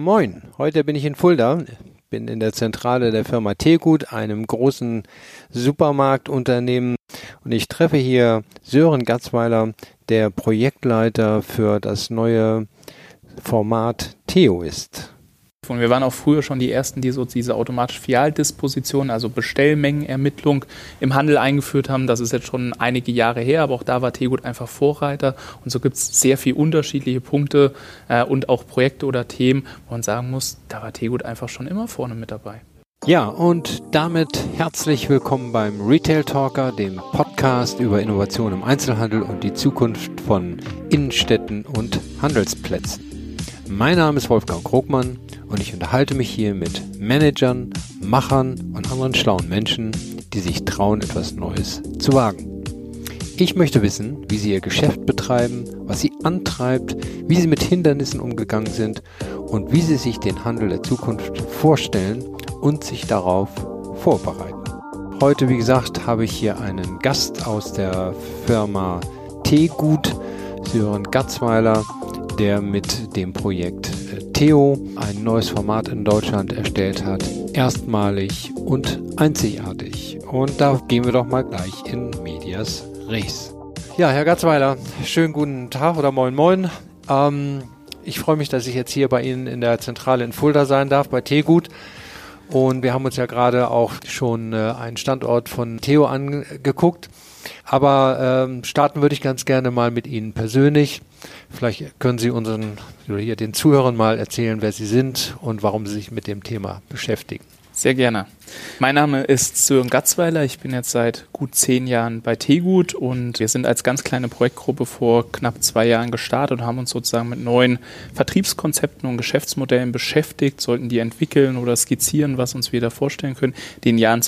Moin, heute bin ich in Fulda, bin in der Zentrale der Firma Tegut, einem großen Supermarktunternehmen, und ich treffe hier Sören Gatzweiler, der Projektleiter für das neue Format Theo ist. Und wir waren auch früher schon die Ersten, die so diese automatische Filialdisposition, also Bestellmengenermittlung im Handel eingeführt haben. Das ist jetzt schon einige Jahre her, aber auch da war Tegut einfach Vorreiter. Und so gibt es sehr viele unterschiedliche Punkte und auch Projekte oder Themen, wo man sagen muss, da war Tegut einfach schon immer vorne mit dabei. Ja, und damit herzlich willkommen beim Retail Talker, dem Podcast über Innovation im Einzelhandel und die Zukunft von Innenstädten und Handelsplätzen. Mein Name ist Wolfgang Krogmann und ich unterhalte mich hier mit Managern, Machern und anderen schlauen Menschen, die sich trauen, etwas Neues zu wagen. Ich möchte wissen, wie sie ihr Geschäft betreiben, was sie antreibt, wie sie mit Hindernissen umgegangen sind und wie sie sich den Handel der Zukunft vorstellen und sich darauf vorbereiten. Heute, wie gesagt, habe ich hier einen Gast aus der Firma Tegut, Sören Gatzweiler, der mit dem Projekt Theo ein neues Format in Deutschland erstellt hat. Erstmalig und einzigartig. Und da gehen wir doch mal gleich in medias res. Ja, Herr Gatzweiler, schönen guten Tag oder moin moin. Ich freue mich, dass ich jetzt hier bei Ihnen in der Zentrale in Fulda sein darf, bei Tegut. Und wir haben uns ja gerade auch schon einen Standort von Theo angeguckt. Aber starten würde ich ganz gerne mal mit Ihnen persönlich. Vielleicht können Sie den Zuhörern mal erzählen, wer Sie sind und warum Sie sich mit dem Thema beschäftigen. Sehr gerne. Mein Name ist Sören Gatzweiler. Ich bin jetzt seit gut 10 Jahren bei Tegut und wir sind als ganz kleine Projektgruppe vor knapp 2 Jahren gestartet und haben uns sozusagen mit neuen Vertriebskonzepten und Geschäftsmodellen beschäftigt, sollten die entwickeln oder skizzieren, was uns wir da vorstellen können, die in den Jahren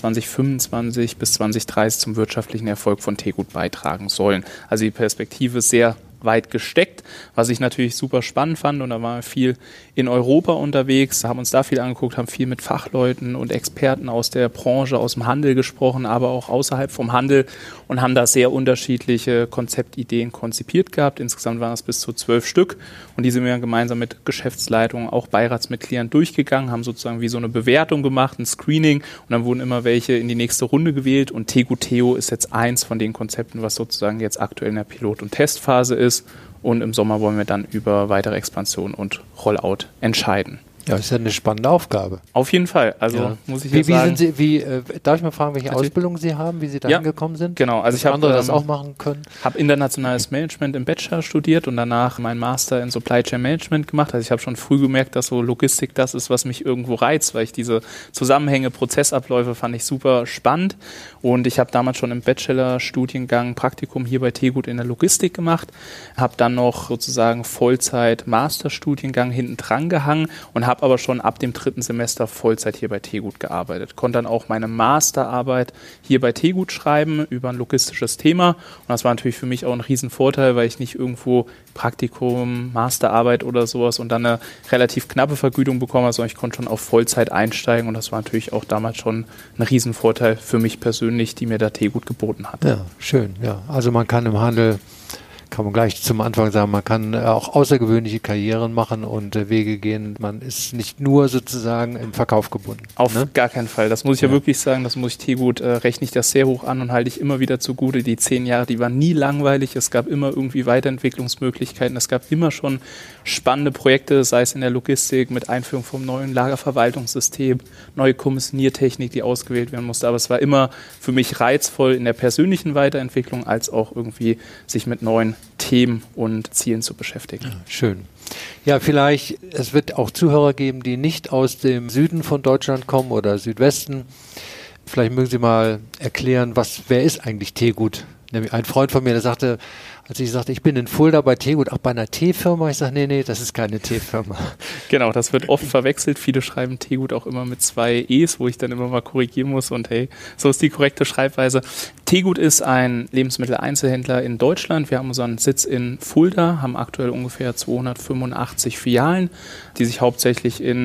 2025 bis 2030 zum wirtschaftlichen Erfolg von Tegut beitragen sollen. Also die Perspektive ist sehr weit gesteckt, was ich natürlich super spannend fand, und da waren wir viel in Europa unterwegs, haben uns da viel angeguckt, haben viel mit Fachleuten und Experten aus der Branche, aus dem Handel gesprochen, aber auch außerhalb vom Handel, und haben da sehr unterschiedliche Konzeptideen konzipiert gehabt. Insgesamt waren es bis zu 12 Stück, und die sind wir gemeinsam mit Geschäftsleitungen, auch Beiratsmitgliedern durchgegangen, haben sozusagen wie so eine Bewertung gemacht, ein Screening, und dann wurden immer welche in die nächste Runde gewählt, und Tegut Theo ist jetzt eins von den Konzepten, was sozusagen jetzt aktuell in der Pilot- und Testphase ist. Und im Sommer wollen wir dann über weitere Expansion und Rollout entscheiden. Ja, das ist ja eine spannende Aufgabe. Auf jeden Fall. Also ja. Muss ich jetzt sagen. Darf ich mal fragen, welche Ausbildung Sie haben, wie Sie da hingekommen sind? Genau. Also ich habe andere das auch machen können. Habe internationales Management im Bachelor studiert und danach meinen Master in Supply Chain Management gemacht. Also ich habe schon früh gemerkt, dass so Logistik das ist, was mich irgendwo reizt, weil ich diese Zusammenhänge, Prozessabläufe fand ich super spannend. Und ich habe damals schon im Bachelor-Studiengang Praktikum hier bei Tegut in der Logistik gemacht, habe dann noch sozusagen Vollzeit-Masterstudiengang hinten dran gehangen und habe aber schon ab dem 3. Semester Vollzeit hier bei Tegut gearbeitet. Konnte dann auch meine Masterarbeit hier bei Tegut schreiben über ein logistisches Thema. Und das war natürlich für mich auch ein Riesenvorteil, weil ich nicht irgendwo Praktikum, Masterarbeit oder sowas und dann eine relativ knappe Vergütung bekommen habe, sondern ich konnte schon auf Vollzeit einsteigen. Und das war natürlich auch damals schon ein Riesenvorteil für mich persönlich, die mir da Tegut geboten hat. Ja, schön. Ja, also man kann im Handel, kann man gleich zum Anfang sagen, man kann auch außergewöhnliche Karrieren machen und Wege gehen. Man ist nicht nur sozusagen im Verkauf gebunden. Auf gar keinen Fall. Das muss ich ja wirklich sagen, das muss ich Tegut, rechne ich das sehr hoch an und halte ich immer wieder zugute. Die 10 Jahre, die waren nie langweilig. Es gab immer irgendwie Weiterentwicklungsmöglichkeiten. Es gab immer schon spannende Projekte, sei es in der Logistik mit Einführung vom neuen Lagerverwaltungssystem, neue Kommissioniertechnik, die ausgewählt werden musste. Aber es war immer für mich reizvoll in der persönlichen Weiterentwicklung, als auch irgendwie sich mit neuen Themen und Zielen zu beschäftigen. Schön. Ja, vielleicht, es wird auch Zuhörer geben, die nicht aus dem Süden von Deutschland kommen oder Südwesten. Vielleicht mögen Sie mal erklären, wer ist eigentlich Tegut? Nämlich ein Freund von mir, der sagte, als ich sagte, ich bin in Fulda bei Tegut, auch bei einer Teefirma. Ich sage, nee, das ist keine Teefirma. Genau, das wird oft verwechselt. Viele schreiben Tegut auch immer mit 2 E's, wo ich dann immer mal korrigieren muss. Und hey, so ist die korrekte Schreibweise. Tegut ist ein Lebensmitteleinzelhändler in Deutschland. Wir haben unseren Sitz in Fulda, haben aktuell ungefähr 285 Filialen, die sich hauptsächlich in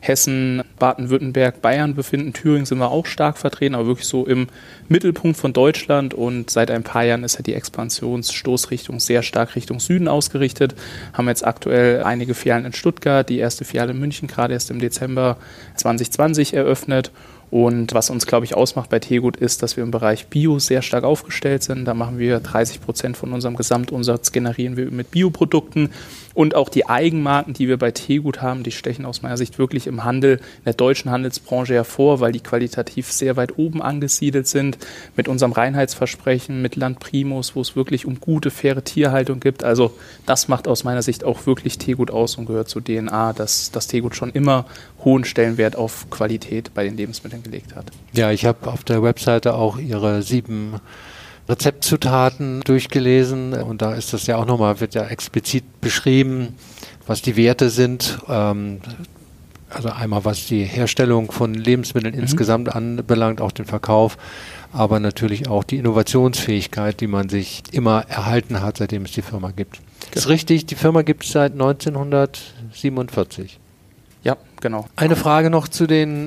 Hessen, Baden-Württemberg, Bayern befinden. Thüringen sind wir auch stark vertreten, aber wirklich so im Mittelpunkt von Deutschland. Und seit ein paar Jahren ist ja die Expansionsstoßrichtung sehr stark Richtung Süden ausgerichtet. Haben jetzt aktuell einige Filialen in Stuttgart, die erste Filiale in München gerade erst im Dezember 2020 eröffnet. Und was uns, glaube ich, ausmacht bei Tegut ist, dass wir im Bereich Bio sehr stark aufgestellt sind. Da machen wir 30% von unserem Gesamtumsatz, generieren wir mit Bioprodukten. Und auch die Eigenmarken, die wir bei Tegut haben, die stechen aus meiner Sicht wirklich im Handel, in der deutschen Handelsbranche hervor, weil die qualitativ sehr weit oben angesiedelt sind. Mit unserem Reinheitsversprechen, mit Land Primus, wo es wirklich um gute, faire Tierhaltung gibt. Also das macht aus meiner Sicht auch wirklich Tegut aus und gehört zur DNA, dass Tegut schon immer hohen Stellenwert auf Qualität bei den Lebensmitteln gelegt hat. Ja, ich habe auf der Webseite auch Ihre 7 Rezeptzutaten durchgelesen und da ist das ja auch nochmal, wird ja explizit beschrieben, was die Werte sind. Also einmal was die Herstellung von Lebensmitteln insgesamt anbelangt, auch den Verkauf, aber natürlich auch die Innovationsfähigkeit, die man sich immer erhalten hat, seitdem es die Firma gibt. Genau. Ist richtig, die Firma gibt es seit 1947. Ja, genau. Eine Frage noch zu den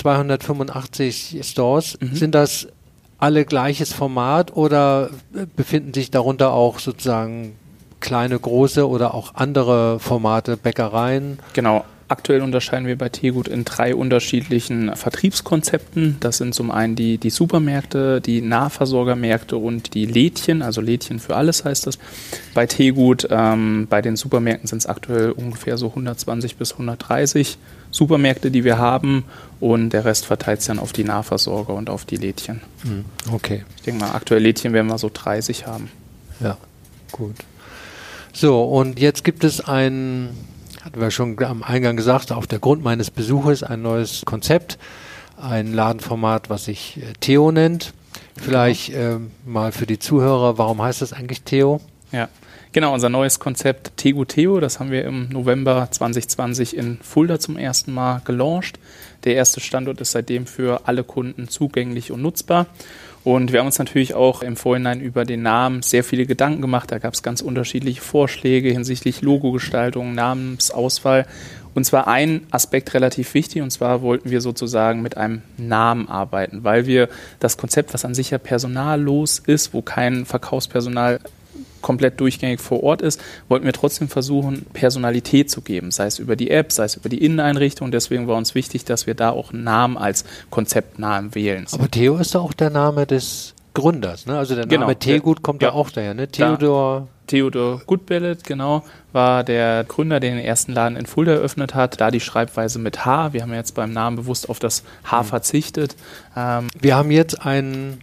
285 Stores. Sind das alle gleiches Format oder befinden sich darunter auch sozusagen kleine, große oder auch andere Formate, Bäckereien? Genau. Aktuell unterscheiden wir bei Tegut in 3 unterschiedlichen Vertriebskonzepten. Das sind zum einen die Supermärkte, die Nahversorgermärkte und die Lädchen, also Lädchen für alles heißt das. Bei Tegut, bei den Supermärkten sind es aktuell ungefähr so 120 bis 130 Supermärkte, die wir haben und der Rest verteilt sich dann auf die Nahversorger und auf die Lädchen. Okay. Ich denke mal, aktuell Lädchen werden wir so 30 haben. Ja, gut. So, und jetzt gibt es hatten wir schon am Eingang gesagt, auf der Grund meines Besuches ein neues Konzept, ein Ladenformat, was sich Theo nennt. Vielleicht mal für die Zuhörer, warum heißt das eigentlich Theo? Ja, genau, unser neues Konzept Tegut Theo, das haben wir im November 2020 in Fulda zum ersten Mal gelauncht. Der erste Standort ist seitdem für alle Kunden zugänglich und nutzbar. Und wir haben uns natürlich auch im Vorhinein über den Namen sehr viele Gedanken gemacht. Da gab es ganz unterschiedliche Vorschläge hinsichtlich Logogestaltung, Namensauswahl. Und zwar ein Aspekt relativ wichtig, und zwar wollten wir sozusagen mit einem Namen arbeiten, weil wir das Konzept, was an sich ja personallos ist, wo kein Verkaufspersonal komplett durchgängig vor Ort ist, wollten wir trotzdem versuchen, Personalität zu geben, sei es über die App, sei es über die Inneneinrichtung. Deswegen war uns wichtig, dass wir da auch einen Namen als Konzeptnamen wählen. Aber Theo ist doch auch der Name des Gründers, ne? Also der Name Tegut kommt ja auch daher, ne? Theodor Gutbellet, genau, war der Gründer, der den ersten Laden in Fulda eröffnet hat. Da die Schreibweise mit H. Wir haben jetzt beim Namen bewusst auf das H verzichtet. Wir haben jetzt einen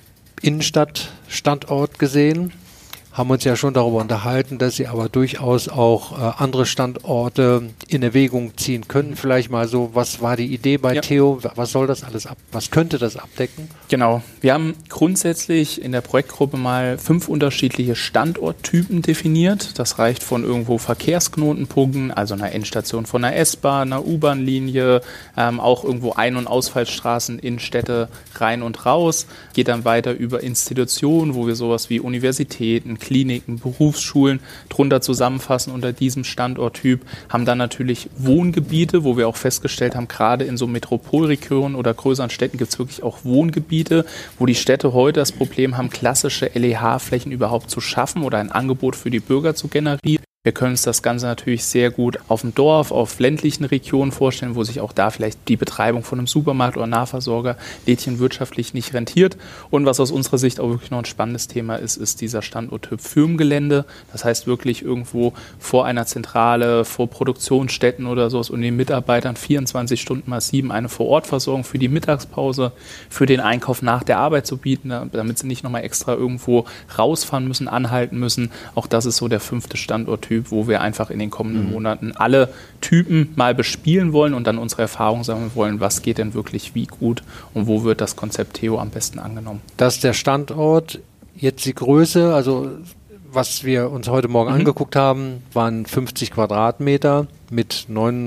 Innenstadtstandort gesehen, haben uns ja schon darüber unterhalten, dass Sie aber durchaus auch andere Standorte in Erwägung ziehen können. Vielleicht mal so, was war die Idee bei Theo? Was soll das alles was könnte das abdecken? Genau. Wir haben grundsätzlich in der Projektgruppe mal 5 unterschiedliche Standorttypen definiert. Das reicht von irgendwo Verkehrsknotenpunkten, also einer Endstation von einer S-Bahn, einer U-Bahn-Linie, auch irgendwo Ein- und Ausfallstraßen in Städte rein und raus. Geht dann weiter über Institutionen, wo wir sowas wie Universitäten, Kliniken, Berufsschulen drunter zusammenfassen unter diesem Standorttyp, haben dann natürlich Wohngebiete, wo wir auch festgestellt haben, gerade in so Metropolregionen oder größeren Städten gibt es wirklich auch Wohngebiete, wo die Städte heute das Problem haben, klassische LEH-Flächen überhaupt zu schaffen oder ein Angebot für die Bürger zu generieren. Wir können uns das Ganze natürlich sehr gut auf dem Dorf, auf ländlichen Regionen vorstellen, wo sich auch da vielleicht die Betreibung von einem Supermarkt oder Nahversorger Lädchen wirtschaftlich nicht rentiert. Und was aus unserer Sicht auch wirklich noch ein spannendes Thema ist, ist dieser Standorttyp Firmengelände. Das heißt wirklich irgendwo vor einer Zentrale, vor Produktionsstätten oder sowas und den Mitarbeitern 24 Stunden mal 7 eine Vorortversorgung für die Mittagspause, für den Einkauf nach der Arbeit zu bieten, damit sie nicht nochmal extra irgendwo rausfahren müssen, anhalten müssen. Auch das ist so der 5. Standorttyp, wo wir einfach in den kommenden Monaten alle Typen mal bespielen wollen und dann unsere Erfahrungen sammeln wollen, was geht denn wirklich wie gut und wo wird das Konzept Theo am besten angenommen. Das ist der Standort, jetzt die Größe, also was wir uns heute Morgen angeguckt haben, waren 50 Quadratmeter mit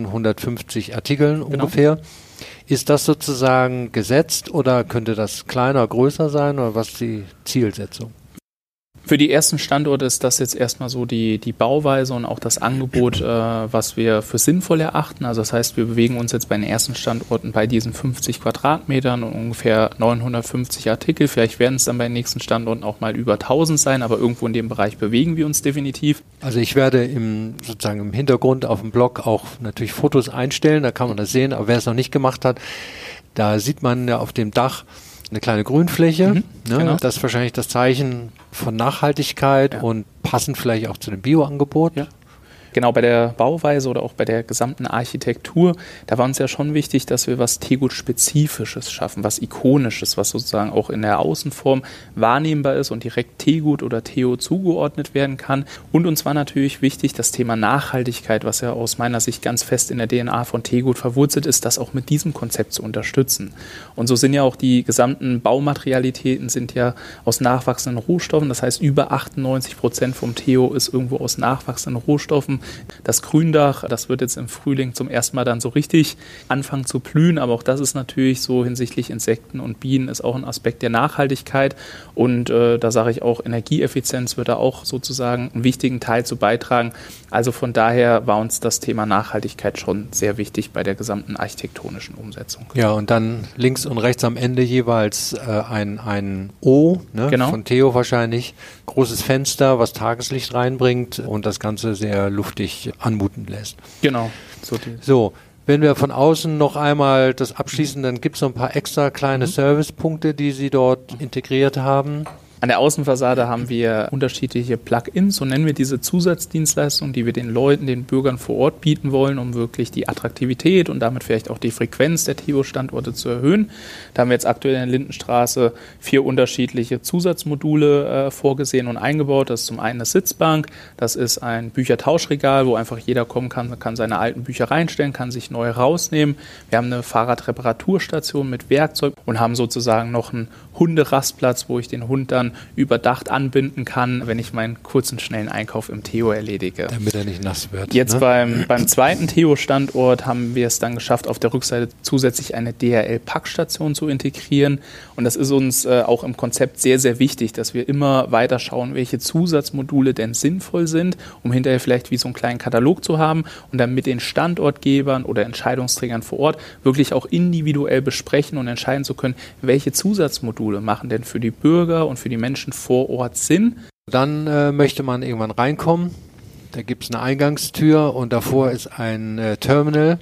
950 Artikeln ungefähr. Ist das sozusagen gesetzt oder könnte das kleiner, größer sein oder was ist die Zielsetzung? Für die ersten Standorte ist das jetzt erstmal so die Bauweise und auch das Angebot, was wir für sinnvoll erachten. Also das heißt, wir bewegen uns jetzt bei den ersten Standorten bei diesen 50 Quadratmetern und ungefähr 950 Artikel. Vielleicht werden es dann bei den nächsten Standorten auch mal über 1000 sein, aber irgendwo in dem Bereich bewegen wir uns definitiv. Also ich werde sozusagen im Hintergrund auf dem Blog auch natürlich Fotos einstellen, da kann man das sehen, aber wer es noch nicht gemacht hat, da sieht man ja auf dem Dach eine kleine Grünfläche, genau. Das ist wahrscheinlich das Zeichen von Nachhaltigkeit und passend vielleicht auch zu dem Bioangebot. Ja. Genau, bei der Bauweise oder auch bei der gesamten Architektur, da war uns ja schon wichtig, dass wir was Tegut-Spezifisches schaffen, was Ikonisches, was sozusagen auch in der Außenform wahrnehmbar ist und direkt Tegut oder Theo zugeordnet werden kann. Und uns war natürlich wichtig, das Thema Nachhaltigkeit, was ja aus meiner Sicht ganz fest in der DNA von Tegut verwurzelt ist, das auch mit diesem Konzept zu unterstützen. Und so sind ja auch die gesamten Baumaterialitäten sind ja aus nachwachsenden Rohstoffen, das heißt über 98% vom Theo ist irgendwo aus nachwachsenden Rohstoffen. Das Gründach, das wird jetzt im Frühling zum ersten Mal dann so richtig anfangen zu blühen, aber auch das ist natürlich so hinsichtlich Insekten und Bienen ist auch ein Aspekt der Nachhaltigkeit und da sage ich auch, Energieeffizienz wird da auch sozusagen einen wichtigen Teil zu beitragen. Also von daher war uns das Thema Nachhaltigkeit schon sehr wichtig bei der gesamten architektonischen Umsetzung. Ja, und dann links und rechts am Ende jeweils ein O, genau. Von Theo wahrscheinlich, großes Fenster, was Tageslicht reinbringt und das Ganze sehr luftig anmuten lässt. Genau. So, wenn wir von außen noch einmal das abschließen, dann gibt es noch ein paar extra kleine Servicepunkte, die Sie dort integriert haben. An der Außenfassade haben wir unterschiedliche Plugins, so nennen wir diese Zusatzdienstleistungen, die wir den Leuten, den Bürgern vor Ort bieten wollen, um wirklich die Attraktivität und damit vielleicht auch die Frequenz der Theo-Standorte zu erhöhen. Da haben wir jetzt aktuell in der Lindenstraße 4 unterschiedliche Zusatzmodule vorgesehen und eingebaut. Das ist zum einen eine Sitzbank, das ist ein Büchertauschregal, wo einfach jeder kommen kann seine alten Bücher reinstellen, kann sich neue rausnehmen. Wir haben eine Fahrradreparaturstation mit Werkzeug und haben sozusagen noch einen Hunderastplatz, wo ich den Hund dann überdacht anbinden kann, wenn ich meinen kurzen, schnellen Einkauf im Theo erledige. Damit er nicht nass wird. Jetzt beim zweiten Theo-Standort haben wir es dann geschafft, auf der Rückseite zusätzlich eine DHL-Packstation zu integrieren. Und das ist uns auch im Konzept sehr, sehr wichtig, dass wir immer weiter schauen, welche Zusatzmodule denn sinnvoll sind, um hinterher vielleicht wie so einen kleinen Katalog zu haben und dann mit den Standortgebern oder Entscheidungsträgern vor Ort wirklich auch individuell besprechen und entscheiden zu können, welche Zusatzmodule machen denn für die Bürger und für die Menschen vor Ort Sinn. Dann möchte man irgendwann reinkommen. Da gibt es eine Eingangstür und davor ist ein Terminal,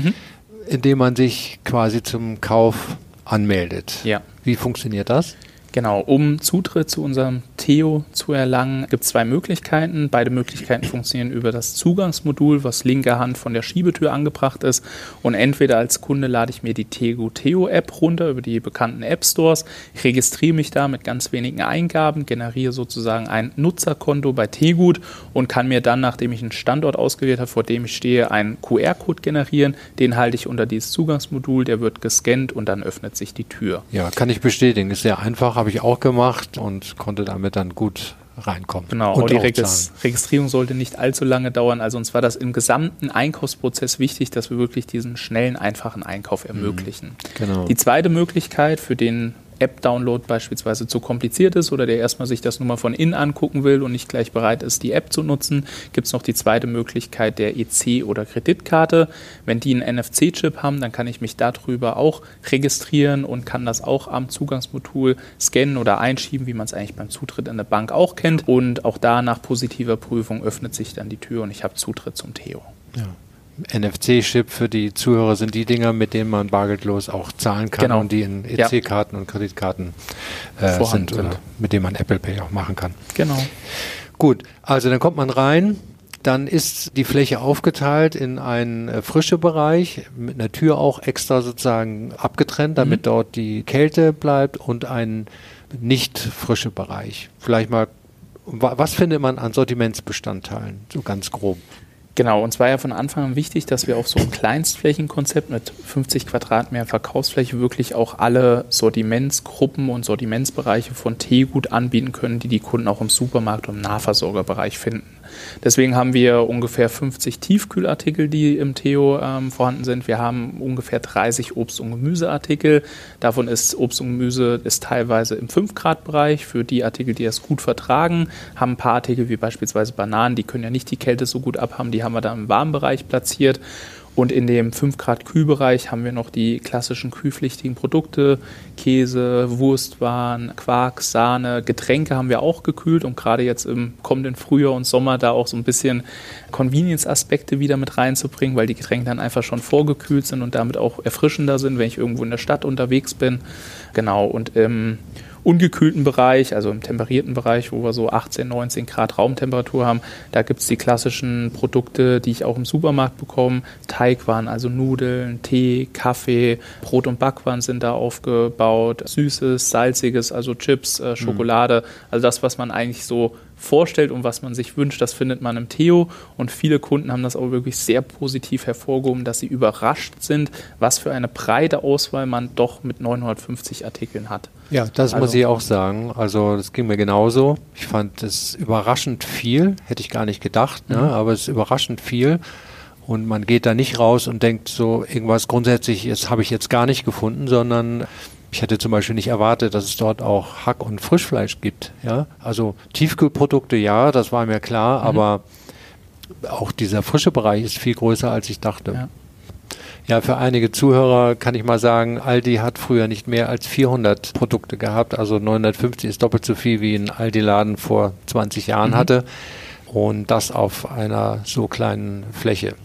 in dem man sich quasi zum Kauf anmeldet. Ja. Wie funktioniert das? Genau, um Zutritt zu unserem Theo zu erlangen, gibt es 2 Möglichkeiten. Beide Möglichkeiten funktionieren über das Zugangsmodul, was linker Hand von der Schiebetür angebracht ist. Und entweder als Kunde lade ich mir die Tegut Theo-App runter über die bekannten App-Stores. Ich registriere mich da mit ganz wenigen Eingaben, generiere sozusagen ein Nutzerkonto bei Tegut und kann mir dann, nachdem ich einen Standort ausgewählt habe, vor dem ich stehe, einen QR-Code generieren. Den halte ich unter dieses Zugangsmodul, der wird gescannt und dann öffnet sich die Tür. Ja, kann ich bestätigen. Ist sehr einfach, habe ich auch gemacht und konnte damit dann gut reinkommen. Genau, und die Registrierung sollte nicht allzu lange dauern. Also uns war das im gesamten Einkaufsprozess wichtig, dass wir wirklich diesen schnellen, einfachen Einkauf ermöglichen. Genau. Die zweite Möglichkeit, für den App-Download beispielsweise zu kompliziert ist oder der erstmal sich das nur mal von innen angucken will und nicht gleich bereit ist, die App zu nutzen, gibt es noch die zweite Möglichkeit der EC- oder Kreditkarte. Wenn die einen NFC-Chip haben, dann kann ich mich darüber auch registrieren und kann das auch am Zugangsmodul scannen oder einschieben, wie man es eigentlich beim Zutritt in eine Bank auch kennt. Und auch da nach positiver Prüfung öffnet sich dann die Tür und ich habe Zutritt zum Theo. Ja. NFC-Chip für die Zuhörer sind die Dinger, mit denen man bargeldlos auch zahlen kann und die in EC-Karten und Kreditkarten sind oder mit denen man Apple Pay auch machen kann. Genau. Gut, also dann kommt man rein, dann ist die Fläche aufgeteilt in einen frischen Bereich, mit einer Tür auch extra sozusagen abgetrennt, damit dort die Kälte bleibt und einen nicht frischen Bereich. Vielleicht mal, was findet man an Sortimentsbestandteilen, so ganz grob? Genau, uns war ja von Anfang an wichtig, dass wir auf so ein Kleinstflächenkonzept mit 50 Quadratmeter Verkaufsfläche wirklich auch alle Sortimentsgruppen und Sortimentsbereiche von Teegut anbieten können, die die Kunden auch im Supermarkt und im Nahversorgerbereich finden. Deswegen haben wir ungefähr 50 Tiefkühlartikel, die im Theo vorhanden sind. Wir haben ungefähr 30 Obst- und Gemüseartikel. Davon ist Obst und Gemüse teilweise im 5-Grad-Bereich für die Artikel, die es gut vertragen. Haben ein paar Artikel wie beispielsweise Bananen, die können ja nicht die Kälte so gut abhaben. Die haben wir da im warmen Bereich platziert. Und in dem 5-Grad-Kühlbereich haben wir noch die klassischen kühlpflichtigen Produkte, Käse, Wurstwaren, Quark, Sahne, Getränke haben wir auch gekühlt, um gerade jetzt im kommenden Frühjahr und Sommer da auch so ein bisschen Convenience-Aspekte wieder mit reinzubringen, weil die Getränke dann einfach schon vorgekühlt sind und damit auch erfrischender sind, wenn ich irgendwo in der Stadt unterwegs bin. Genau, und im ungekühlten Bereich, also im temperierten Bereich, wo wir so 18, 19 Grad Raumtemperatur haben, da gibt es die klassischen Produkte, die ich auch im Supermarkt bekomme. Teigwaren, also Nudeln, Tee, Kaffee, Brot- und Backwaren sind da aufgebaut. Süßes, Salziges, also Chips, Schokolade. Also das, was man eigentlich so vorstellt und was man sich wünscht, das findet man im Theo. Und viele Kunden haben das auch wirklich sehr positiv hervorgehoben, dass sie überrascht sind, was für eine breite Auswahl man doch mit 950 Artikeln hat. Ja, das muss ich auch sagen. Also das ging mir genauso. Ich fand es überraschend viel, hätte ich gar nicht gedacht, ne? Aber es ist überraschend viel. Und man geht da nicht raus und denkt so, irgendwas Grundsätzliches habe ich jetzt gar nicht gefunden, sondern ich hätte zum Beispiel nicht erwartet, dass es dort auch Hack- und Frischfleisch gibt. Ja? Also Tiefkühlprodukte, ja, das war mir klar, aber auch dieser frische Bereich ist viel größer, als ich dachte. Ja, für einige Zuhörer kann ich mal sagen, Aldi hat früher nicht mehr als 400 Produkte gehabt, also 950 ist doppelt so viel, wie ein Aldi-Laden vor 20 Jahren hatte, und das auf einer so kleinen Fläche.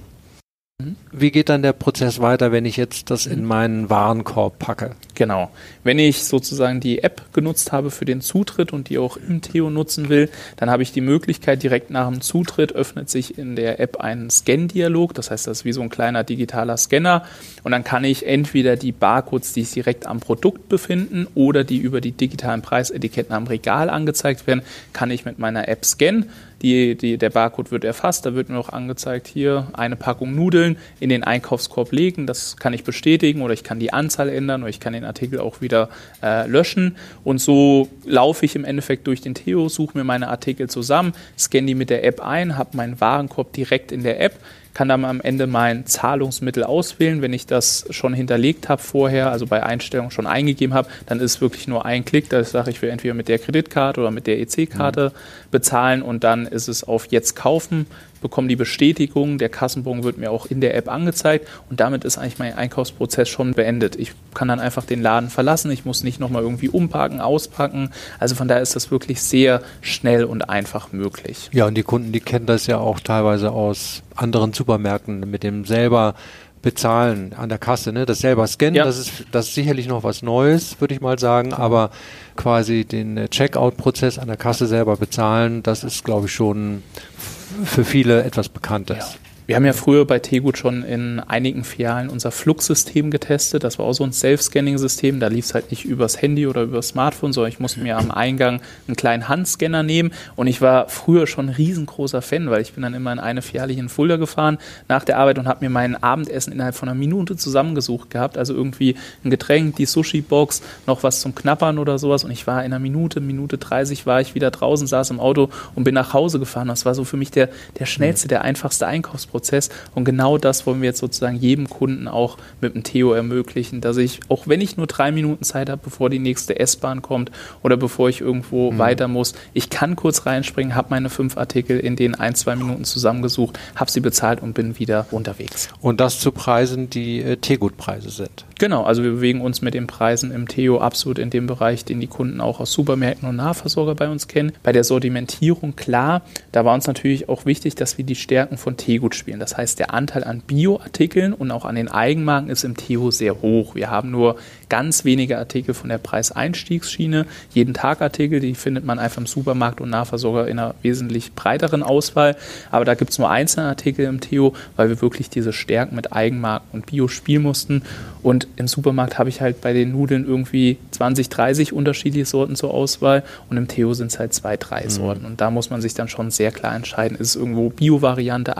Wie geht dann der Prozess weiter, wenn ich jetzt das in meinen Warenkorb packe? Genau. Wenn ich sozusagen die App genutzt habe für den Zutritt und die auch im Theo nutzen will, dann habe ich die Möglichkeit, direkt nach dem Zutritt öffnet sich in der App ein Scan-Dialog. Das heißt, das ist wie so ein kleiner digitaler Scanner. Und dann kann ich entweder die Barcodes, die sich direkt am Produkt befinden oder die über die digitalen Preisetiketten am Regal angezeigt werden, kann ich mit meiner App scannen. Der Barcode wird erfasst, da wird mir auch angezeigt, hier eine Packung Nudeln in den Einkaufskorb legen, das kann ich bestätigen oder ich kann die Anzahl ändern oder ich kann den Artikel auch wieder löschen, und so laufe ich im Endeffekt durch den Theo, suche mir meine Artikel zusammen, scanne die mit der App ein, habe meinen Warenkorb direkt in der App, kann dann am Ende mein Zahlungsmittel auswählen. Wenn ich das schon hinterlegt habe vorher, also bei Einstellungen schon eingegeben habe, dann ist es wirklich nur ein Klick. Da sage ich, will entweder mit der Kreditkarte oder mit der EC-Karte bezahlen, und dann ist es auf Jetzt kaufen, bekomme die Bestätigung, der Kassenbon wird mir auch in der App angezeigt, und damit ist eigentlich mein Einkaufsprozess schon beendet. Ich kann dann einfach den Laden verlassen, ich muss nicht nochmal irgendwie umparken, auspacken. Also von daher ist das wirklich sehr schnell und einfach möglich. Ja, und die Kunden, die kennen das ja auch teilweise aus anderen Supermärkten mit dem selber bezahlen an der Kasse, ne? Das selber scannen, das ist sicherlich noch was Neues, würde ich mal sagen, aber quasi den Checkout-Prozess an der Kasse selber bezahlen, das ist, glaube ich, schon für viele etwas Bekanntes. Ja. Wir haben ja früher bei Teegut schon in einigen Filialen unser Flux-System getestet. Das war auch so ein Self-Scanning-System. Da lief es halt nicht übers Handy oder übers Smartphone, sondern ich musste mir am Eingang einen kleinen Handscanner nehmen. Und ich war früher schon ein riesengroßer Fan, weil ich bin dann immer in eine Filiale hier in Fulda gefahren nach der Arbeit und habe mir mein Abendessen innerhalb von einer Minute zusammengesucht gehabt. Also irgendwie ein Getränk, die Sushi-Box, noch was zum Knappern oder sowas. Und ich war in einer Minute 30 war ich wieder draußen, saß im Auto und bin nach Hause gefahren. Das war so für mich der schnellste, der einfachste Einkaufsprozess. Und genau das wollen wir jetzt sozusagen jedem Kunden auch mit dem Theo ermöglichen, dass ich, auch wenn ich nur 3 Minuten Zeit habe, bevor die nächste S-Bahn kommt oder bevor ich irgendwo weiter muss, ich kann kurz reinspringen, habe meine 5 Artikel in den 1-2 Minuten zusammengesucht, habe sie bezahlt und bin wieder unterwegs. Und das zu Preisen, die Teegut-Preise sind. Genau, also wir bewegen uns mit den Preisen im Theo absolut in dem Bereich, den die Kunden auch aus Supermärkten und Nahversorger bei uns kennen. Bei der Sortimentierung, klar, da war uns natürlich auch wichtig, dass wir die Stärken von Teegut spielen. Das heißt, der Anteil an Bio-Artikeln und auch an den Eigenmarken ist im Theo sehr hoch. Wir haben nur ganz wenige Artikel von der Preiseinstiegsschiene. Jeden Tag Artikel, die findet man einfach im Supermarkt und Nahversorger in einer wesentlich breiteren Auswahl. Aber da gibt es nur einzelne Artikel im Theo, weil wir wirklich diese Stärken mit Eigenmarken und Bio spielen mussten. Und im Supermarkt habe ich halt bei den Nudeln irgendwie 20, 30 unterschiedliche Sorten zur Auswahl, und im Theo sind es halt 2, 3 Sorten. Und da muss man sich dann schon sehr klar entscheiden, ist es irgendwo Bio-Variante, Eigenmarke,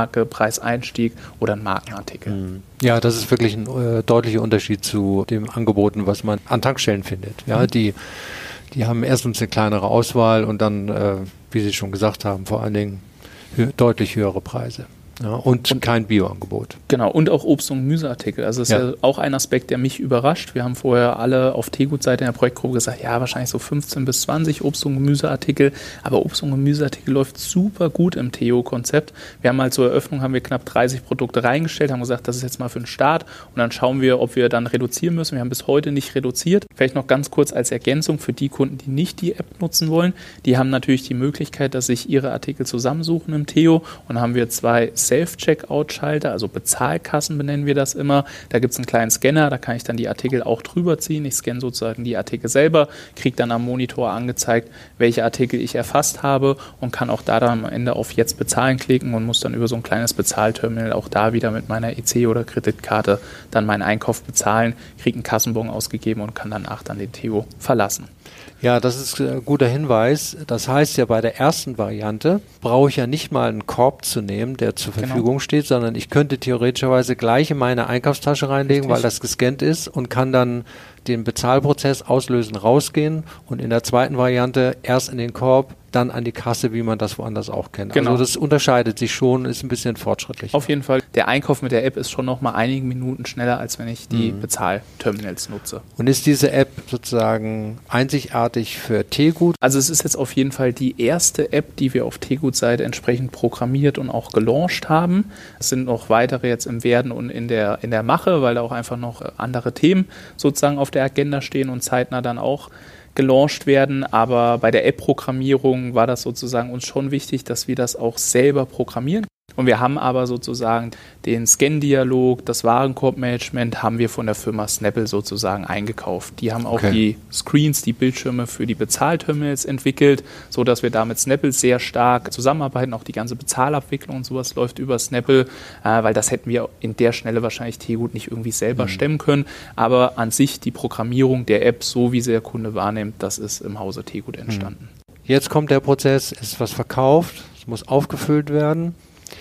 Submarke, Preiseinstieg oder ein Markenartikel. Ja, das ist wirklich ein deutlicher Unterschied zu den Angeboten, was man an Tankstellen findet. Ja, die haben erstens eine kleinere Auswahl und dann, wie Sie schon gesagt haben, vor allen Dingen deutlich höhere Preise. Ja, und kein Bioangebot. Genau, und auch Obst- und Gemüseartikel. Also das ist ja auch ein Aspekt, der mich überrascht. Wir haben vorher alle auf Tegut-Seite in der Projektgruppe gesagt, ja, wahrscheinlich so 15 bis 20 Obst- und Gemüseartikel. Aber Obst- und Gemüseartikel läuft super gut im Theo-Konzept. Wir haben zur Eröffnung knapp 30 Produkte reingestellt, haben gesagt, das ist jetzt mal für den Start. Und dann schauen wir, ob wir dann reduzieren müssen. Wir haben bis heute nicht reduziert. Vielleicht noch ganz kurz als Ergänzung für die Kunden, die nicht die App nutzen wollen. Die haben natürlich die Möglichkeit, dass sich ihre Artikel zusammensuchen im Theo. Und dann haben wir 2 Self-Checkout-Schalter, also Bezahlkassen benennen wir das immer. Da gibt es einen kleinen Scanner, da kann ich dann die Artikel auch drüber ziehen. Ich scanne sozusagen die Artikel selber, kriege dann am Monitor angezeigt, welche Artikel ich erfasst habe und kann auch da dann am Ende auf Jetzt bezahlen klicken und muss dann über so ein kleines Bezahlterminal auch da wieder mit meiner EC- oder Kreditkarte dann meinen Einkauf bezahlen, kriege einen Kassenbon ausgegeben und kann danach dann den Theo verlassen. Ja, das ist ein guter Hinweis. Das heißt ja, bei der ersten Variante brauche ich ja nicht mal einen Korb zu nehmen, der zur Verfügung steht, sondern ich könnte theoretischerweise gleich in meine Einkaufstasche reinlegen, weil das gescannt ist und kann dann den Bezahlprozess auslösen, rausgehen und in der zweiten Variante erst in den Korb, dann an die Kasse, wie man das woanders auch kennt. Genau. Also das unterscheidet sich schon, ist ein bisschen fortschrittlich. Auf jeden Fall. Der Einkauf mit der App ist schon noch mal einige Minuten schneller, als wenn ich die Bezahlterminals nutze. Und ist diese App sozusagen einzigartig für Tegut? Also es ist jetzt auf jeden Fall die erste App, die wir auf Tegut-Seite entsprechend programmiert und auch gelauncht haben. Es sind noch weitere jetzt im Werden und in der Mache, weil da auch einfach noch andere Themen sozusagen auf der Agenda stehen und zeitnah dann auch gelauncht werden, aber bei der App-Programmierung war das sozusagen uns schon wichtig, dass wir das auch selber programmieren. Und wir haben aber sozusagen den Scan-Dialog, das Warenkorb-Management haben wir von der Firma Snapple sozusagen eingekauft. Die haben auch die Screens, die Bildschirme für die Bezahlterminals entwickelt, sodass wir da mit Snapple sehr stark zusammenarbeiten. Auch die ganze Bezahlabwicklung und sowas läuft über Snapple, weil das hätten wir in der Schnelle wahrscheinlich Tegut nicht irgendwie selber stemmen können. Aber an sich die Programmierung der App, so wie sie der Kunde wahrnimmt, das ist im Hause Tegut entstanden. Jetzt kommt der Prozess, ist was verkauft, es muss aufgefüllt werden.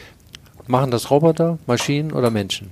Machen das Roboter, Maschinen oder Menschen?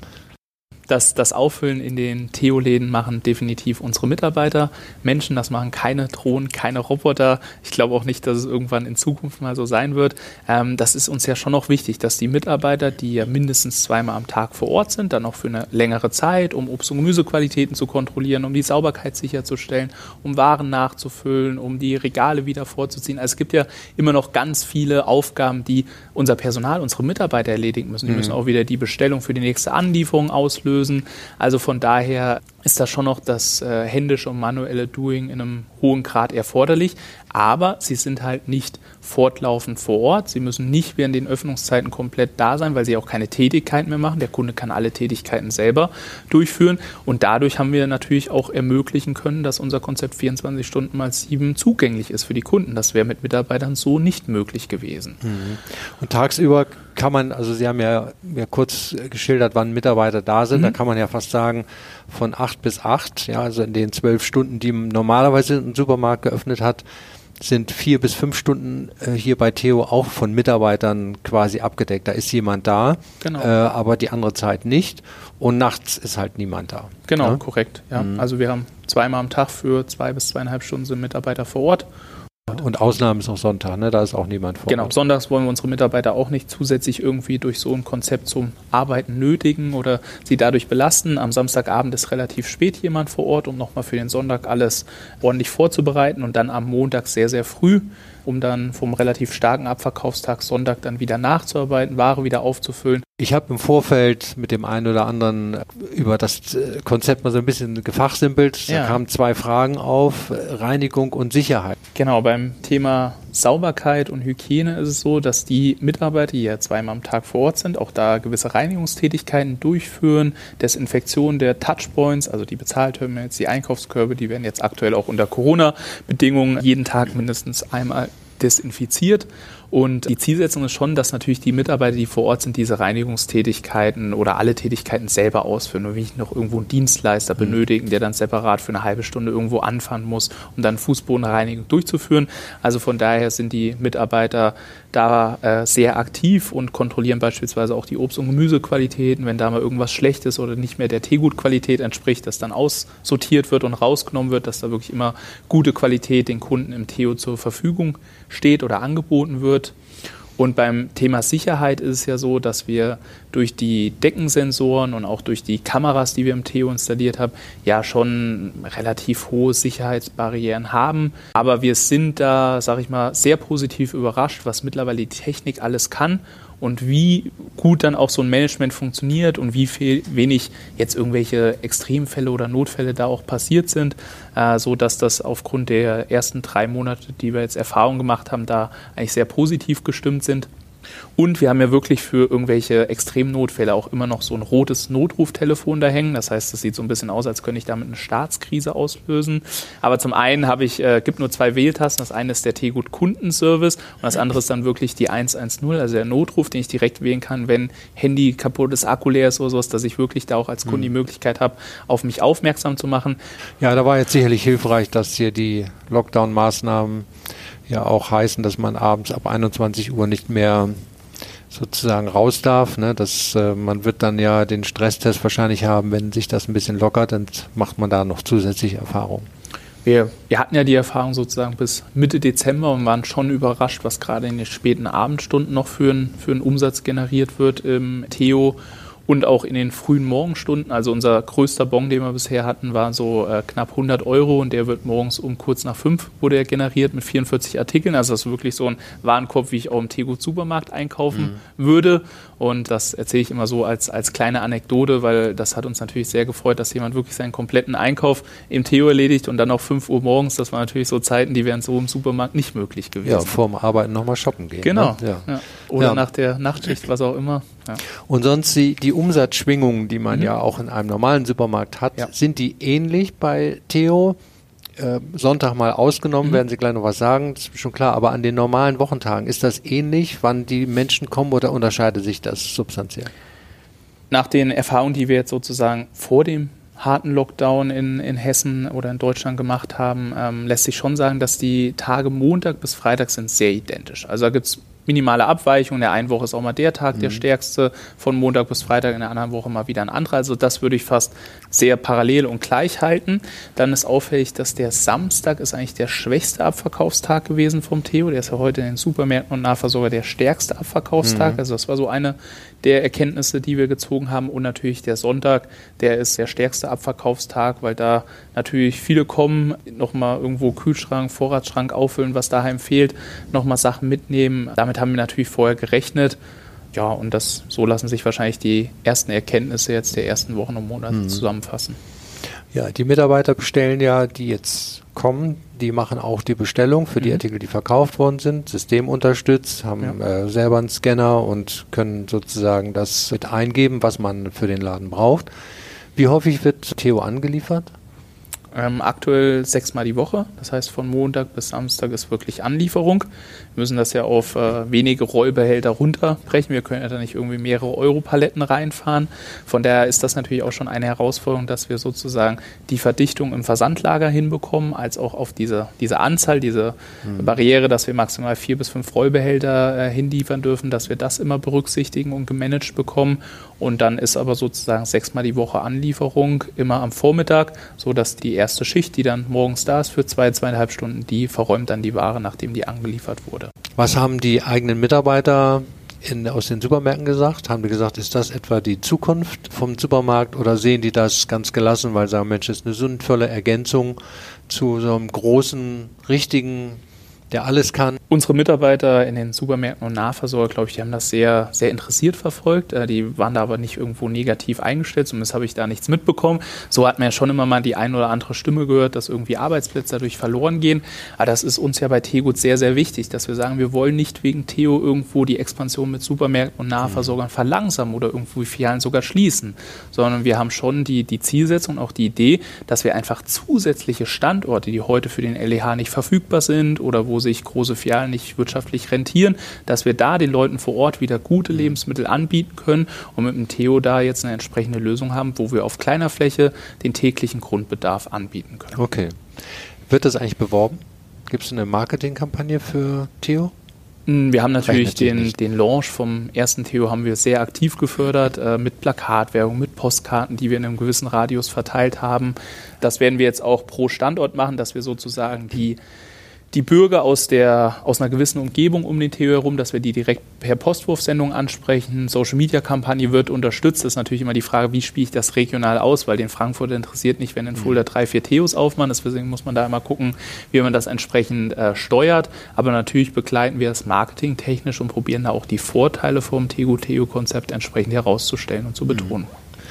Das Auffüllen in den Theo-Läden machen definitiv unsere Mitarbeiter. Menschen, das machen keine Drohnen, keine Roboter. Ich glaube auch nicht, dass es irgendwann in Zukunft mal so sein wird. Das ist uns ja schon noch wichtig, dass die Mitarbeiter, die ja mindestens 2-mal am Tag vor Ort sind, dann auch für eine längere Zeit, um Obst- und Gemüsequalitäten zu kontrollieren, um die Sauberkeit sicherzustellen, um Waren nachzufüllen, um die Regale wieder vorzuziehen. Also es gibt ja immer noch ganz viele Aufgaben, die unser Personal, unsere Mitarbeiter erledigen müssen. Die müssen auch wieder die Bestellung für die nächste Anlieferung auslösen. Also von daher ist da schon noch das händische und manuelle Doing in einem hohen Grad erforderlich. Aber sie sind halt nicht fortlaufend vor Ort. Sie müssen nicht während den Öffnungszeiten komplett da sein, weil sie auch keine Tätigkeiten mehr machen. Der Kunde kann alle Tätigkeiten selber durchführen. Und dadurch haben wir natürlich auch ermöglichen können, dass unser Konzept 24 Stunden mal 7 zugänglich ist für die Kunden. Das wäre mit Mitarbeitern so nicht möglich gewesen. Und tagsüber kann man, also Sie haben ja kurz geschildert, wann Mitarbeiter da sind. Da kann man ja fast sagen, von 8 bis 8, ja, also in den 12 Stunden, die normalerweise ein Supermarkt geöffnet hat, sind 4 bis 5 Stunden hier bei Theo auch von Mitarbeitern quasi abgedeckt. Da ist jemand da, aber die andere Zeit nicht. Und nachts ist halt niemand da. Genau, ja? korrekt. Ja. Also wir haben 2-mal am Tag für 2 bis 2,5 Stunden sind Mitarbeiter vor Ort. Und Ausnahme ist auch Sonntag, ne? Da ist auch niemand vor Ort. Genau, sonntags wollen wir unsere Mitarbeiter auch nicht zusätzlich irgendwie durch so ein Konzept zum Arbeiten nötigen oder sie dadurch belasten. Am Samstagabend ist relativ spät jemand vor Ort, um nochmal für den Sonntag alles ordentlich vorzubereiten und dann am Montag sehr, sehr früh, um dann vom relativ starken Abverkaufstag Sonntag dann wieder nachzuarbeiten, Ware wieder aufzufüllen. Ich habe im Vorfeld mit dem einen oder anderen über das Konzept mal so ein bisschen gefachsimpelt. Da kamen 2 Fragen auf, Reinigung und Sicherheit. Genau, beim Thema Sauberkeit und Hygiene ist es so, dass die Mitarbeiter, die ja 2-mal am Tag vor Ort sind, auch da gewisse Reinigungstätigkeiten durchführen, Desinfektion der Touchpoints, also die Bezahlterminals, die Einkaufskörbe, die werden jetzt aktuell auch unter Corona-Bedingungen jeden Tag mindestens einmal desinfiziert. Und die Zielsetzung ist schon, dass natürlich die Mitarbeiter, die vor Ort sind, diese Reinigungstätigkeiten oder alle Tätigkeiten selber ausführen. Und wenn ich noch irgendwo einen Dienstleister benötigen, der dann separat für eine halbe Stunde irgendwo anfahren muss, um dann Fußbodenreinigung durchzuführen. Also von daher sind die Mitarbeiter da sehr aktiv und kontrollieren beispielsweise auch die Obst- und Gemüsequalitäten. Wenn da mal irgendwas schlecht ist oder nicht mehr der Teegutqualität entspricht, dass dann aussortiert wird und rausgenommen wird, dass da wirklich immer gute Qualität den Kunden im Theo zur Verfügung steht oder angeboten wird. Und beim Thema Sicherheit ist es ja so, dass wir durch die Deckensensoren und auch durch die Kameras, die wir im Theo installiert haben, ja schon relativ hohe Sicherheitsbarrieren haben. Aber wir sind da, sage ich mal, sehr positiv überrascht, was mittlerweile die Technik alles kann und wie gut dann auch so ein Management funktioniert und wie wenig jetzt irgendwelche Extremfälle oder Notfälle da auch passiert sind, so dass das aufgrund der ersten 3 Monate, die wir jetzt Erfahrung gemacht haben, da eigentlich sehr positiv gestimmt sind. Und wir haben ja wirklich für irgendwelche Extremnotfälle auch immer noch so ein rotes Notruftelefon da hängen. Das heißt, das sieht so ein bisschen aus, als könnte ich damit eine Staatskrise auslösen. Aber zum einen gibt nur 2 Wähltasten. Das eine ist der Teegut Kundenservice und das andere ist dann wirklich die 110, also der Notruf, den ich direkt wählen kann, wenn Handy kaputt ist, Akku leer ist oder sowas, dass ich wirklich da auch als Kunde die Möglichkeit habe, auf mich aufmerksam zu machen. Ja, da war jetzt sicherlich hilfreich, dass hier die Lockdown-Maßnahmen ja auch heißen, dass man abends ab 21 Uhr nicht mehr sozusagen raus darf. Ne? Man wird dann ja den Stresstest wahrscheinlich haben, wenn sich das ein bisschen lockert, dann macht man da noch zusätzliche Erfahrungen. Wir hatten ja die Erfahrung sozusagen bis Mitte Dezember und waren schon überrascht, was gerade in den späten Abendstunden noch für einen Umsatz generiert wird im Theo. Und auch in den frühen Morgenstunden, also unser größter Bon, den wir bisher hatten, war so knapp 100 € und der wird morgens um kurz nach 5 wurde er generiert mit 44 Artikeln. Also das ist wirklich so ein Warenkorb, wie ich auch im Teegut Supermarkt einkaufen würde. Und das erzähle ich immer so als kleine Anekdote, weil das hat uns natürlich sehr gefreut, dass jemand wirklich seinen kompletten Einkauf im Theo erledigt und dann auch 5 Uhr morgens. Das waren natürlich so Zeiten, die wären so im Supermarkt nicht möglich gewesen. Ja, vorm Arbeiten nochmal shoppen gehen. Genau. Ne? Ja. Oder nach der Nachtschicht, was auch immer. Ja. Und sonst die Umsatzschwingungen, die man ja auch in einem normalen Supermarkt hat, sind die ähnlich bei Theo? Sonntag mal ausgenommen, werden Sie gleich noch was sagen, das ist schon klar, aber an den normalen Wochentagen, ist das ähnlich, wann die Menschen kommen oder unterscheidet sich das substanziell? Nach den Erfahrungen, die wir jetzt sozusagen vor dem harten Lockdown in Hessen oder in Deutschland gemacht haben, lässt sich schon sagen, dass die Tage Montag bis Freitag sind sehr identisch. Also da gibt es minimale Abweichungen. In der einen Woche ist auch mal der Tag der stärkste, von Montag bis Freitag, in der anderen Woche mal wieder ein anderer. Also das würde ich fast sehr parallel und gleich halten. Dann ist auffällig, dass der Samstag ist eigentlich der schwächste Abverkaufstag gewesen vom Theo. Der ist ja heute in den Supermärkten und Nahversorger der stärkste Abverkaufstag. Also das war so eine der Erkenntnisse, die wir gezogen haben. Und natürlich der Sonntag, der ist der stärkste Abverkaufstag, weil da natürlich viele kommen, nochmal irgendwo Kühlschrank, Vorratsschrank auffüllen, was daheim fehlt, nochmal Sachen mitnehmen. Damit haben wir natürlich vorher gerechnet. Ja, und so lassen sich wahrscheinlich die ersten Erkenntnisse jetzt der ersten Wochen und Monate zusammenfassen. Ja, die Mitarbeiter bestellen ja, die jetzt kommen, die machen auch die Bestellung für die Artikel, die verkauft worden sind, systemunterstützt, haben selber einen Scanner und können sozusagen das mit eingeben, was man für den Laden braucht. Wie häufig wird Theo angeliefert? Aktuell 6-mal die Woche, das heißt von Montag bis Samstag ist wirklich Anlieferung. Wir müssen das ja auf wenige Rollbehälter runterbrechen, wir können ja da nicht irgendwie mehrere Europaletten reinfahren. Von daher ist das natürlich auch schon eine Herausforderung, dass wir sozusagen die Verdichtung im Versandlager hinbekommen, als auch auf diese Anzahl, diese Barriere, dass wir maximal 4 bis 5 Rollbehälter hinliefern dürfen, dass wir das immer berücksichtigen und gemanagt bekommen. Und dann ist aber sozusagen 6-mal die Woche Anlieferung, immer am Vormittag, sodass die erste Schicht, die dann morgens da ist für 2,5 Stunden, die verräumt dann die Ware, nachdem die angeliefert wurde. Was haben die eigenen Mitarbeiter aus den Supermärkten gesagt? Haben die gesagt, ist das etwa die Zukunft vom Supermarkt oder sehen die das ganz gelassen, weil sie sagen, Mensch, das ist eine sinnvolle Ergänzung zu so einem großen, richtigen, der alles kann? Unsere Mitarbeiter in den Supermärkten und Nahversorger, glaube ich, die haben das sehr, sehr interessiert verfolgt. Die waren da aber nicht irgendwo negativ eingestellt, zumindest habe ich da nichts mitbekommen. So hat man ja schon immer mal die ein oder andere Stimme gehört, dass irgendwie Arbeitsplätze dadurch verloren gehen. Aber das ist uns ja bei Teegut sehr, sehr wichtig, dass wir sagen, wir wollen nicht wegen Theo irgendwo die Expansion mit Supermärkten und Nahversorgern verlangsamen oder irgendwo Filialen sogar schließen, sondern wir haben schon die Zielsetzung, auch die Idee, dass wir einfach zusätzliche Standorte, die heute für den LEH nicht verfügbar sind oder wo sich große Filialen nicht wirtschaftlich rentieren, dass wir da den Leuten vor Ort wieder gute Lebensmittel anbieten können und mit dem Theo da jetzt eine entsprechende Lösung haben, wo wir auf kleiner Fläche den täglichen Grundbedarf anbieten können. Okay. Wird das eigentlich beworben? Gibt es eine Marketingkampagne für Theo? Wir haben natürlich den Launch vom ersten Theo haben wir sehr aktiv gefördert, mit Plakatwerbung, mit Postkarten, die wir in einem gewissen Radius verteilt haben. Das werden wir jetzt auch pro Standort machen, dass wir sozusagen die Bürger aus einer gewissen Umgebung um den Theo herum, dass wir die direkt per Postwurfsendung ansprechen. Social-Media-Kampagne wird unterstützt. Das ist natürlich immer die Frage, wie spiele ich das regional aus, weil den Frankfurter interessiert nicht, wenn in Fulda 3, 4 Theos aufmachen. Deswegen muss man da immer gucken, wie man das entsprechend steuert. Aber natürlich begleiten wir das marketingtechnisch und probieren da auch die Vorteile vom Tego-Theo-Konzept entsprechend herauszustellen und zu betonen.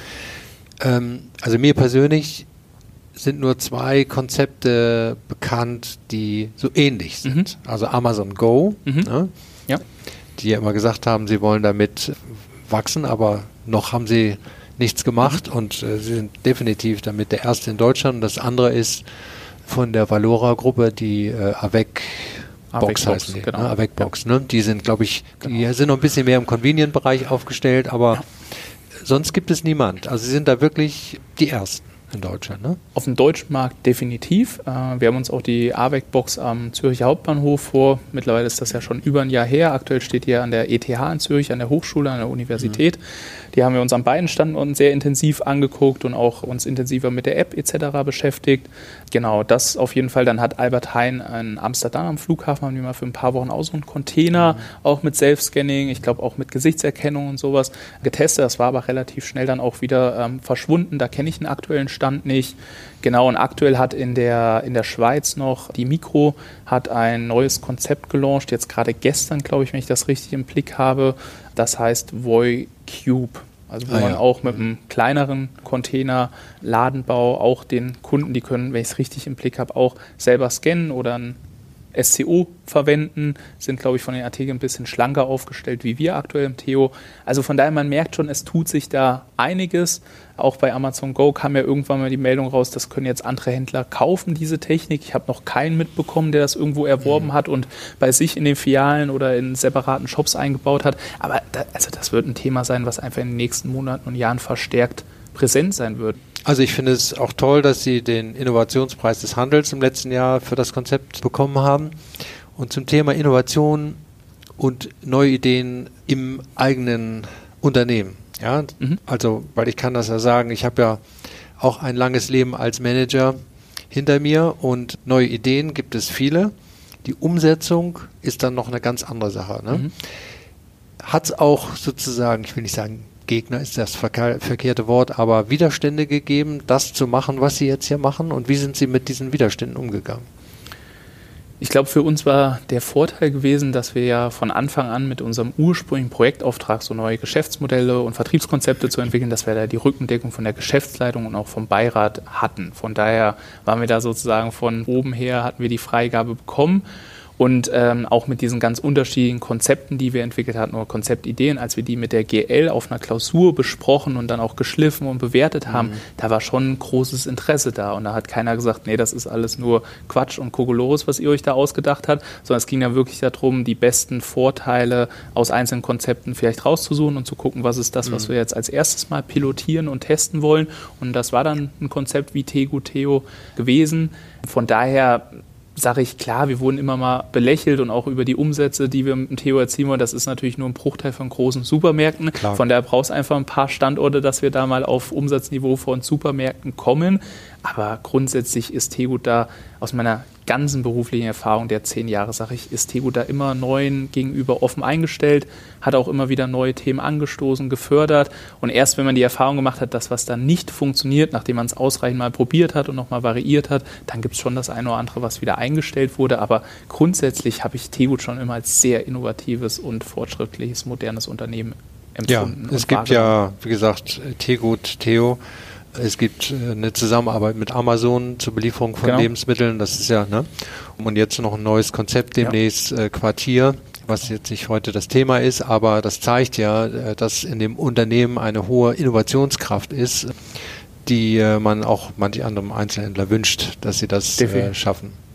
Also mir persönlich sind nur 2 Konzepte bekannt, die so ähnlich sind. Also Amazon Go, ne? Ja. Die ja immer gesagt haben, sie wollen damit wachsen, aber noch haben sie nichts gemacht und sie sind definitiv damit der erste in Deutschland. Und das andere ist von der Valora-Gruppe, die Avec-Box heißen die. Genau. Ne? Avec-Box, ne? Die sind, glaube ich, die sind noch ein bisschen mehr im Convenient-Bereich aufgestellt, aber sonst gibt es niemand. Also sie sind da wirklich die Ersten in Deutschland, ne? Auf dem deutschen Markt definitiv. Wir haben uns auch die Avec-Box am Zürcher Hauptbahnhof mittlerweile ist das ja schon über ein Jahr her. Aktuell steht die an der ETH in Zürich, an der Hochschule, an der Universität. Die haben wir uns an beiden Standorten sehr intensiv angeguckt und auch uns intensiver mit der App etc. beschäftigt. Genau, das auf jeden Fall. Dann hat Albert Heijn in Amsterdam am Flughafen, haben wir mal für ein paar Wochen auch so einen Container, auch mit Self-Scanning, ich glaube auch mit Gesichtserkennung und sowas getestet. Das war aber relativ schnell dann auch wieder verschwunden. Da kenne ich den aktuellen Stand nicht. Genau, und aktuell hat in der Schweiz noch die Mikro hat ein neues Konzept gelauncht, jetzt gerade gestern, glaube ich, wenn ich das richtig im Blick habe. Das heißt Voi Cube. Also wo man auch mit einem kleineren Container-Ladenbau auch den Kunden, die können, wenn ich es richtig im Blick habe, auch selber scannen oder ein SCO verwenden, sind, glaube ich, von den Artikeln ein bisschen schlanker aufgestellt wie wir aktuell im Theo. Also von daher, man merkt schon, es tut sich da einiges. Auch bei Amazon Go kam ja irgendwann mal die Meldung raus, das können jetzt andere Händler kaufen, diese Technik. Ich habe noch keinen mitbekommen, der das irgendwo erworben hat und bei sich in den Filialen oder in separaten Shops eingebaut hat. Aber das wird ein Thema sein, was einfach in den nächsten Monaten und Jahren verstärkt präsent sein wird. Also ich finde es auch toll, dass Sie den Innovationspreis des Handels im letzten Jahr für das Konzept bekommen haben. Und zum Thema Innovation und neue Ideen im eigenen Unternehmen. Ja, also, weil ich kann das ja sagen, ich habe ja auch ein langes Leben als Manager hinter mir und neue Ideen gibt es viele. Die Umsetzung ist dann noch eine ganz andere Sache. Ne? Hat es auch sozusagen, ich will nicht sagen, Gegner ist das verkehrte Wort, aber Widerstände gegeben, das zu machen, was Sie jetzt hier machen? Und wie sind Sie mit diesen Widerständen umgegangen? Ich glaube, für uns war der Vorteil gewesen, dass wir ja von Anfang an mit unserem ursprünglichen Projektauftrag so neue Geschäftsmodelle und Vertriebskonzepte zu entwickeln, dass wir da die Rückendeckung von der Geschäftsleitung und auch vom Beirat hatten. Von daher waren wir da sozusagen von oben her, hatten wir die Freigabe bekommen. Und auch mit diesen ganz unterschiedlichen Konzepten, die wir entwickelt hatten, oder Konzeptideen, als wir die mit der GL auf einer Klausur besprochen und dann auch geschliffen und bewertet haben, da war schon ein großes Interesse da. Und da hat keiner gesagt, nee, das ist alles nur Quatsch und Kokolores, was ihr euch da ausgedacht habt, sondern es ging ja wirklich darum, die besten Vorteile aus einzelnen Konzepten vielleicht rauszusuchen und zu gucken, was ist das, was wir jetzt als erstes mal pilotieren und testen wollen. Und das war dann ein Konzept wie Tego gewesen. Von daher sage ich, klar, wir wurden immer mal belächelt und auch über die Umsätze, die wir mit dem Theo erzielen wollen, das ist natürlich nur ein Bruchteil von großen Supermärkten. Klar. Von daher braucht es einfach ein paar Standorte, dass wir da mal auf Umsatzniveau von Supermärkten kommen. Aber grundsätzlich ist Tegut da aus meiner ganzen beruflichen Erfahrung der 10 Jahre, sage ich, ist Tegut da immer neuen gegenüber offen eingestellt, hat auch immer wieder neue Themen angestoßen, gefördert. Und erst wenn man die Erfahrung gemacht hat, dass was dann nicht funktioniert, nachdem man es ausreichend mal probiert hat und nochmal variiert hat, dann gibt es schon das eine oder andere, was wieder eingestellt wurde. Aber grundsätzlich habe ich Tegut schon immer als sehr innovatives und fortschrittliches, modernes Unternehmen empfunden. Ja, es gibt ja, wie gesagt, Tegut, Theo. Es gibt eine Zusammenarbeit mit Amazon zur Belieferung von Lebensmitteln, das ist ja, ne? Und jetzt noch ein neues Konzept demnächst, Quartier, was jetzt nicht heute das Thema ist, aber das zeigt ja, dass in dem Unternehmen eine hohe Innovationskraft ist, die man auch manch anderem Einzelhändler wünscht, dass sie das schaffen.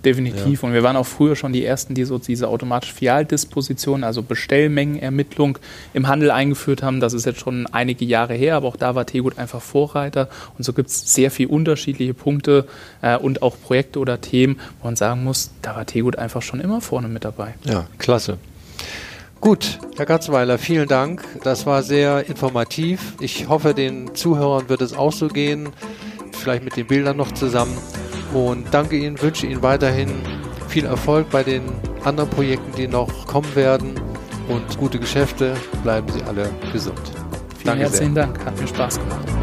definitiv. Ja. Und wir waren auch früher schon die Ersten, die so diese automatische Filialdisposition, also Bestellmengenermittlung im Handel eingeführt haben. Das ist jetzt schon einige Jahre her, aber auch da war Tegut einfach Vorreiter. Und so gibt es sehr viele unterschiedliche Punkte und auch Projekte oder Themen, wo man sagen muss, da war Tegut einfach schon immer vorne mit dabei. Ja, klasse. Gut, Herr Gatzweiler, vielen Dank. Das war sehr informativ. Ich hoffe, den Zuhörern wird es auch so gehen. Vielleicht mit den Bildern noch zusammen. Und danke Ihnen, wünsche Ihnen weiterhin viel Erfolg bei den anderen Projekten, die noch kommen werden. Und gute Geschäfte. Bleiben Sie alle gesund. Vielen herzlichen Dank. Hat mir Spaß gemacht.